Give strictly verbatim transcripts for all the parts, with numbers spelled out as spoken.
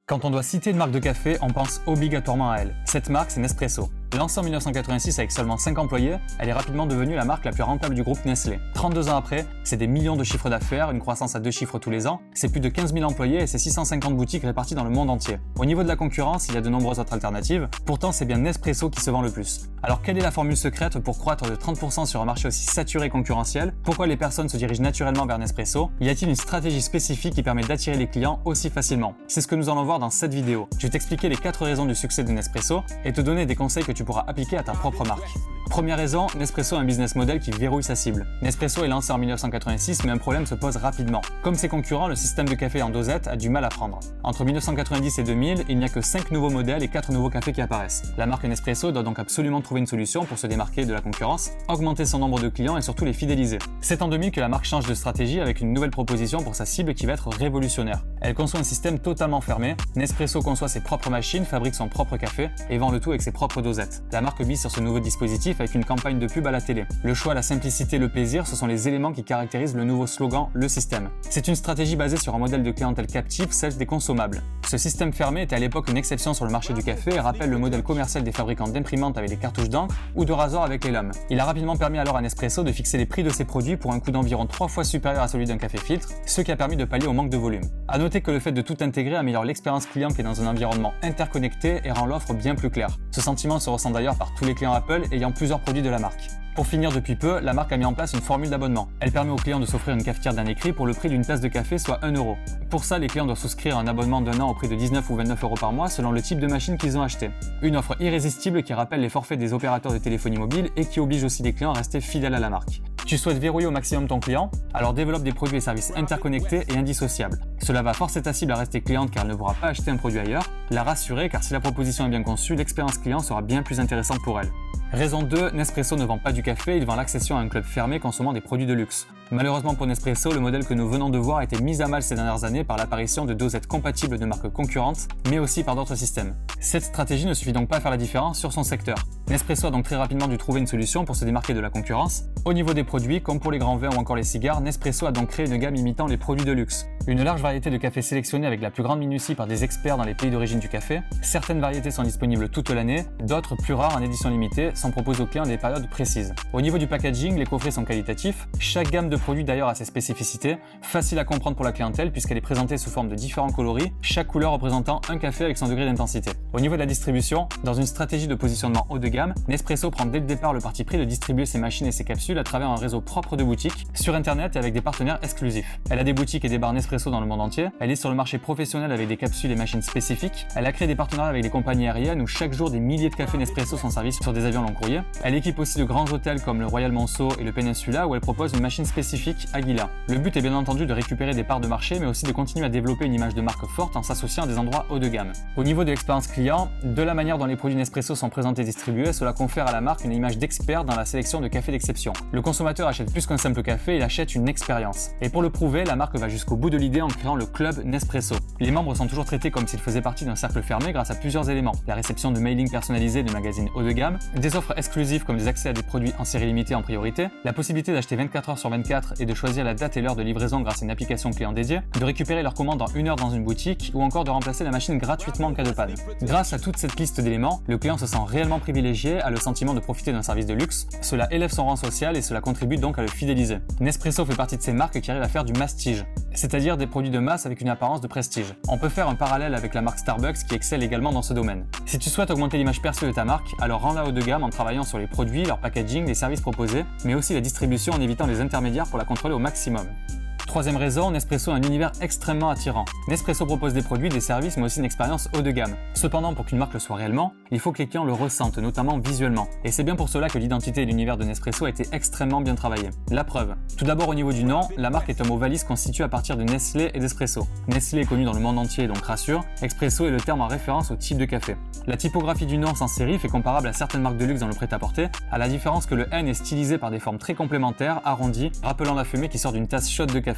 Quand on doit citer une marque de café, on pense obligatoirement à elle. Cette marque, c'est Nespresso. Lancée en mille neuf cent quatre-vingt-six avec seulement cinq employés, elle est rapidement devenue la marque la plus rentable du groupe Nestlé. trente-deux ans après, c'est des millions de chiffres d'affaires, une croissance à deux chiffres tous les ans, c'est plus de quinze mille employés et c'est six cent cinquante boutiques réparties dans le monde entier. Au niveau de la concurrence, il y a de nombreuses autres alternatives, pourtant c'est bien Nespresso qui se vend le plus. Alors quelle est la formule secrète pour croître de trente pour cent sur un marché aussi saturé et concurrentiel? Pourquoi les personnes se dirigent naturellement vers Nespresso? Y a-t-il une stratégie spécifique qui permet d'attirer les clients aussi facilement? C'est ce que nous allons voir dans cette vidéo. Je vais t'expliquer les quatre raisons du succès de Nespresso et te donner des conseils que tu pourras appliquer à ta propre marque. Première raison, Nespresso a un business model qui verrouille sa cible. Nespresso est lancé en mille neuf cent quatre-vingt-six, mais un problème se pose rapidement. Comme ses concurrents, le système de café en dosette a du mal à prendre. Entre mille neuf cent quatre-vingt-dix et deux mille, il n'y a que cinq nouveaux modèles et quatre nouveaux cafés qui apparaissent. La marque Nespresso doit donc absolument trouver une solution pour se démarquer de la concurrence, augmenter son nombre de clients et surtout les fidéliser. C'est en deux mille que la marque change de stratégie avec une nouvelle proposition pour sa cible qui va être révolutionnaire. Elle conçoit un système totalement fermé. Nespresso conçoit ses propres machines, fabrique son propre café et vend le tout avec ses propres dosettes. La marque mise sur ce nouveau dispositif avec une campagne de pub à la télé. Le choix, la simplicité, le plaisir, ce sont les éléments qui caractérisent le nouveau slogan « Le système ». C'est une stratégie basée sur un modèle de clientèle captive, celle des consommables. Ce système fermé était à l'époque une exception sur le marché du café et rappelle le modèle commercial des fabricants d'imprimantes avec des cartouches d'encre ou de rasoirs avec les lames. Il a rapidement permis alors à Nespresso de fixer les prix de ses produits pour un coût d'environ trois fois supérieur à celui d'un café filtre, ce qui a permis de pallier au manque de volume. À noter que le fait de tout intégrer améliore l'expérience client qui est dans un environnement interconnecté et rend l'offre bien plus claire. Ce sentiment se ressent d'ailleurs par tous les clients Apple ayant plusieurs produits de la marque. Pour finir, depuis peu, la marque a mis en place une formule d'abonnement. Elle permet aux clients de s'offrir une cafetière d'un écrit pour le prix d'une tasse de café, soit un euro. Pour ça, les clients doivent souscrire un abonnement d'un an au prix de dix-neuf ou vingt-neuf euros par mois selon le type de machine qu'ils ont acheté. Une offre irrésistible qui rappelle les forfaits des opérateurs de téléphonie mobile et qui oblige aussi les clients à rester fidèles à la marque. Tu souhaites verrouiller au maximum ton client? Alors développe des produits et services interconnectés et indissociables. Cela va forcer ta cible à rester cliente car elle ne pourra pas acheter un produit ailleurs, la rassurer car si la proposition est bien conçue, l'expérience client sera bien plus intéressante pour elle. Raison deux, Nespresso ne vend pas du café, il vend l'accession à un club fermé consommant des produits de luxe. Malheureusement pour Nespresso, le modèle que nous venons de voir a été mis à mal ces dernières années par l'apparition de dosettes compatibles de marques concurrentes, mais aussi par d'autres systèmes. Cette stratégie ne suffit donc pas à faire la différence sur son secteur. Nespresso a donc très rapidement dû trouver une solution pour se démarquer de la concurrence. Au niveau des produits, comme pour les grands vins ou encore les cigares, Nespresso a donc créé une gamme imitant les produits de luxe. Une large variété de cafés sélectionnés avec la plus grande minutie par des experts dans les pays d'origine du café. Certaines variétés sont disponibles toute l'année, d'autres, plus rares en édition limitée, sont proposées aux clients à des périodes précises. Au niveau du packaging, les coffrets sont qualitatifs. Chaque gamme de produits d'ailleurs a ses spécificités, facile à comprendre pour la clientèle puisqu'elle est présentée sous forme de différents coloris, chaque couleur représentant un café avec son degré d'intensité. Au niveau de la distribution, dans une stratégie de positionnement haut de gamme, Nespresso prend dès le départ le parti pris de distribuer ses machines et ses capsules à travers un réseau propre de boutiques, sur internet et avec des partenaires exclusifs. Elle a des boutiques et des bars Nespresso dans le monde entier, elle est sur le marché professionnel avec des capsules et machines spécifiques, elle a créé des partenariats avec des compagnies aériennes où chaque jour des milliers de cafés Nespresso sont servis sur des avions long courrier. Elle équipe aussi de grands hôtels comme le Royal Monceau et le Peninsula où elle propose une machine spécifique Aguila. Le but est bien entendu de récupérer des parts de marché mais aussi de continuer à développer une image de marque forte en s'associant à des endroits haut de gamme. Au niveau de l'expérience client, de la manière dont les produits Nespresso sont présentés et distribués, cela confère à la marque une image d'expert dans la sélection de cafés d'exception. Le consommateur achète plus qu'un simple café, il achète une expérience. Et pour le prouver, la marque va jusqu'au bout de l'idée en créant le club Nespresso. Les membres sont toujours traités comme s'ils faisaient partie d'un cercle fermé grâce à plusieurs éléments. La réception de mailing personnalisés de magazines haut de gamme, des offres exclusives comme des accès à des produits en série limitée en priorité, la possibilité d'acheter vingt-quatre heures sur vingt-quatre et de choisir la date et l'heure de livraison grâce à une application client dédiée, de récupérer leur commande en une heure dans une boutique ou encore de remplacer la machine gratuitement en cas de panne. Grâce à toute cette liste d'éléments, le client se sent réellement privilégié, a le sentiment de profiter d'un service de luxe, cela élève son rang social et cela contribue donc à le fidéliser. Nespresso fait partie de ces marques qui arrivent à faire du mastige, c'est-à-dire des produits de masse avec une apparence de prestige. On peut faire un parallèle avec la marque Starbucks qui excelle également dans ce domaine. Si tu souhaites augmenter l'image perçue de ta marque, alors rends-la haut de gamme en travaillant sur les produits, leur packaging, les services proposés, mais aussi la distribution en évitant les intermédiaires pour la contrôler au maximum. Troisième raison, Nespresso a un univers extrêmement attirant. Nespresso propose des produits, des services, mais aussi une expérience haut de gamme. Cependant, pour qu'une marque le soit réellement, il faut que les clients le ressentent, notamment visuellement. Et c'est bien pour cela que l'identité et l'univers de Nespresso a été extrêmement bien travaillés. La preuve. Tout d'abord au niveau du nom, la marque est un mot valise constitué à partir de Nestlé et d'Espresso. Nestlé est connu dans le monde entier, donc rassure. Espresso est le terme en référence au type de café. La typographie du nom sans sérif est comparable à certaines marques de luxe dans le prêt-à-porter, à la différence que le N est stylisé par des formes très complémentaires, arrondies, rappelant la fumée qui sort d'une tasse chaude de café.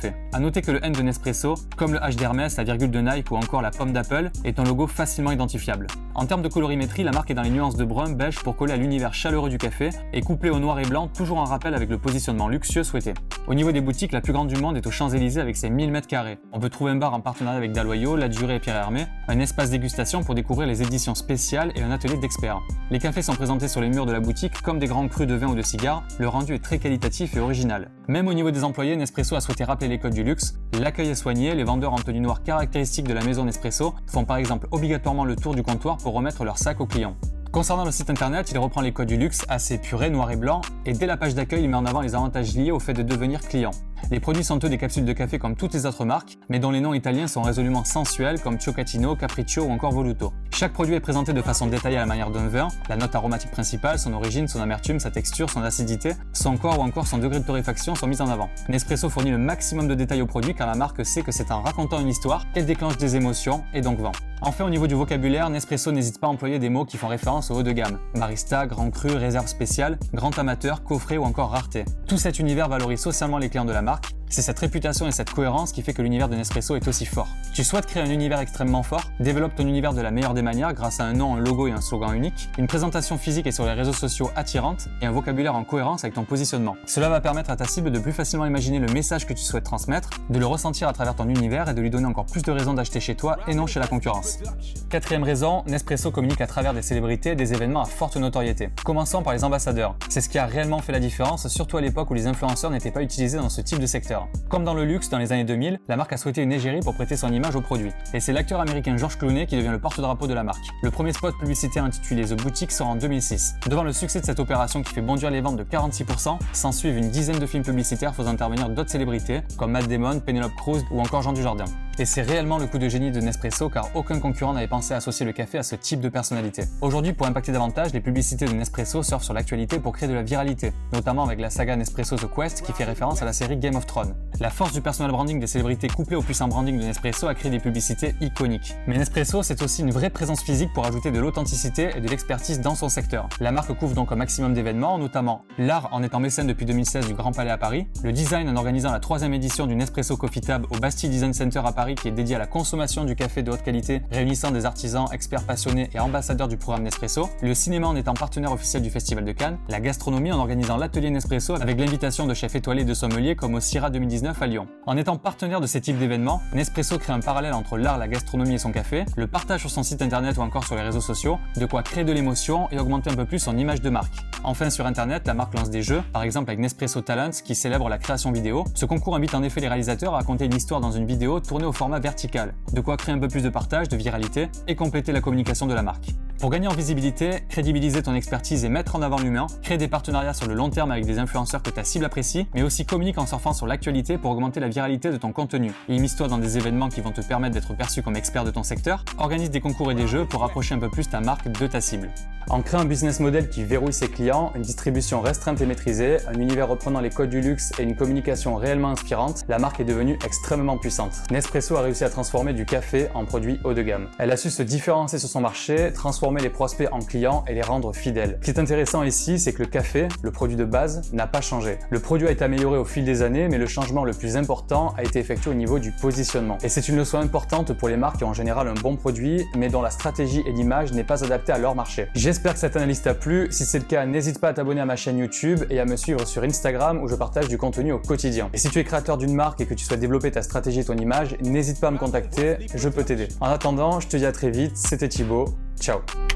café. A noter que le N de Nespresso, comme le H d'Hermès, la virgule de Nike ou encore la pomme d'Apple, est un logo facilement identifiable. En termes de colorimétrie, la marque est dans les nuances de brun beige pour coller à l'univers chaleureux du café et couplé au noir et blanc, toujours en rappel avec le positionnement luxueux souhaité. Au niveau des boutiques, la plus grande du monde est aux Champs-Élysées avec ses mille mètres carrés. On peut trouver un bar en partenariat avec Dalloyau, La Durée et Pierre Hermé, un espace dégustation pour découvrir les éditions spéciales et un atelier d'experts. Les cafés sont présentés sur les murs de la boutique comme des grands crus de vin ou de cigares, le rendu est très qualitatif et original. Même au niveau des employés, Nespresso a souhaité rappeler les codes du luxe. L'accueil est soigné, les vendeurs en tenue noire caractéristiques de la maison Nespresso font par exemple obligatoirement le tour du comptoir pour remettre leur sac aux clients. Concernant le site internet, il reprend les codes du luxe assez épurés, noir et blanc, et dès la page d'accueil, il met en avant les avantages liés au fait de devenir client. Les produits sont eux des capsules de café comme toutes les autres marques, mais dont les noms italiens sont résolument sensuels comme Cioccolatino, Capriccio ou encore Voluto. Chaque produit est présenté de façon détaillée à la manière d'un vin, la note aromatique principale, son origine, son amertume, sa texture, son acidité, son corps ou encore son degré de torréfaction sont mis en avant. Nespresso fournit le maximum de détails au produit car la marque sait que c'est en racontant une histoire qu'elle déclenche des émotions et donc vend. Enfin, au niveau du vocabulaire, Nespresso n'hésite pas à employer des mots qui font référence au haut de gamme. Barista, grand cru, réserve spéciale, grand amateur, coffret ou encore rareté. Tout cet univers valorise socialement les clients de la marque. C'est cette réputation et cette cohérence qui fait que l'univers de Nespresso est aussi fort. Tu souhaites créer un univers extrêmement fort? Développe ton univers de la meilleure des manières grâce à un nom, un logo et un slogan unique, une présentation physique et sur les réseaux sociaux attirante et un vocabulaire en cohérence avec ton positionnement. Cela va permettre à ta cible de plus facilement imaginer le message que tu souhaites transmettre, de le ressentir à travers ton univers et de lui donner encore plus de raisons d'acheter chez toi et non chez la concurrence. Quatrième raison, Nespresso communique à travers des célébrités et des événements à forte notoriété. Commençons par les ambassadeurs. C'est ce qui a réellement fait la différence, surtout à l'époque où les influenceurs n'étaient pas utilisés dans ce type de secteur. Comme dans le luxe, dans les années deux mille, la marque a souhaité une égérie pour prêter son image au produit. Et c'est l'acteur américain George Clooney qui devient le porte-drapeau de la marque. Le premier spot publicitaire intitulé The Boutique sort en deux mille six. Devant le succès de cette opération qui fait bondir les ventes de quarante-six pour cent, s'ensuivent une dizaine de films publicitaires faisant intervenir d'autres célébrités comme Matt Damon, Penelope Cruz ou encore Jean Dujardin. Et c'est réellement le coup de génie de Nespresso car aucun concurrent n'avait pensé à associer le café à ce type de personnalité. Aujourd'hui, pour impacter davantage, les publicités de Nespresso surfent sur l'actualité pour créer de la viralité, notamment avec la saga Nespresso The Quest qui fait référence à la série Game of Thrones. La force du personal branding des célébrités couplée au puissant branding de Nespresso a créé des publicités iconiques. Mais Nespresso, c'est aussi une vraie présence physique pour ajouter de l'authenticité et de l'expertise dans son secteur. La marque couvre donc un maximum d'événements, notamment l'art en étant mécène depuis deux mille seize du Grand Palais à Paris, le design en organisant la troisième édition du Nespresso Coffee Tab au Bastille Design Center à Paris qui est dédié à la consommation du café de haute qualité, réunissant des artisans, experts passionnés et ambassadeurs du programme Nespresso, le cinéma en étant partenaire officiel du Festival de Cannes, la gastronomie en organisant l'atelier Nespresso avec l'invitation de chefs étoilés et de sommeliers comme au CIRA deux mille dix-neuf à Lyon. En étant partenaire de ces types d'événements, Nespresso crée un parallèle entre l'art, la gastronomie et son café, le partage sur son site internet ou encore sur les réseaux sociaux, de quoi créer de l'émotion et augmenter un peu plus son image de marque. Enfin, sur internet, la marque lance des jeux, par exemple avec Nespresso Talents qui célèbre la création vidéo. Ce concours invite en effet les réalisateurs à raconter une histoire dans une vidéo tournée au format vertical, de quoi créer un peu plus de partage, de viralité et compléter la communication de la marque. Pour gagner en visibilité, crédibiliser ton expertise et mettre en avant l'humain, crée des partenariats sur le long terme avec des influenceurs que ta cible apprécie, mais aussi communique en surfant sur l'actualité pour augmenter la viralité de ton contenu. Et immisce-toi dans des événements qui vont te permettre d'être perçu comme expert de ton secteur, organise des concours et des jeux pour rapprocher un peu plus ta marque de ta cible. En créant un business model qui verrouille ses clients, une distribution restreinte et maîtrisée, un univers reprenant les codes du luxe et une communication réellement inspirante, la marque est devenue extrêmement puissante. Nespresso a réussi à transformer du café en produit haut de gamme. Elle a su se différencier sur son marché, transformer les prospects en clients et les rendre fidèles. Ce qui est intéressant ici, c'est que le café, le produit de base, n'a pas changé. Le produit a été amélioré au fil des années, mais le changement le plus important a été effectué au niveau du positionnement. Et c'est une leçon importante pour les marques qui ont en général un bon produit, mais dont la stratégie et l'image n'est pas adaptée à leur marché. J'espère que cette analyse t'a plu. Si c'est le cas, n'hésite pas à t'abonner à ma chaîne YouTube et à me suivre sur Instagram où je partage du contenu au quotidien. Et si tu es créateur d'une marque et que tu souhaites développer ta stratégie et ton image, n'hésite pas à me contacter, je peux t'aider. En attendant, je te dis à très vite, c'était Thibaut, ciao.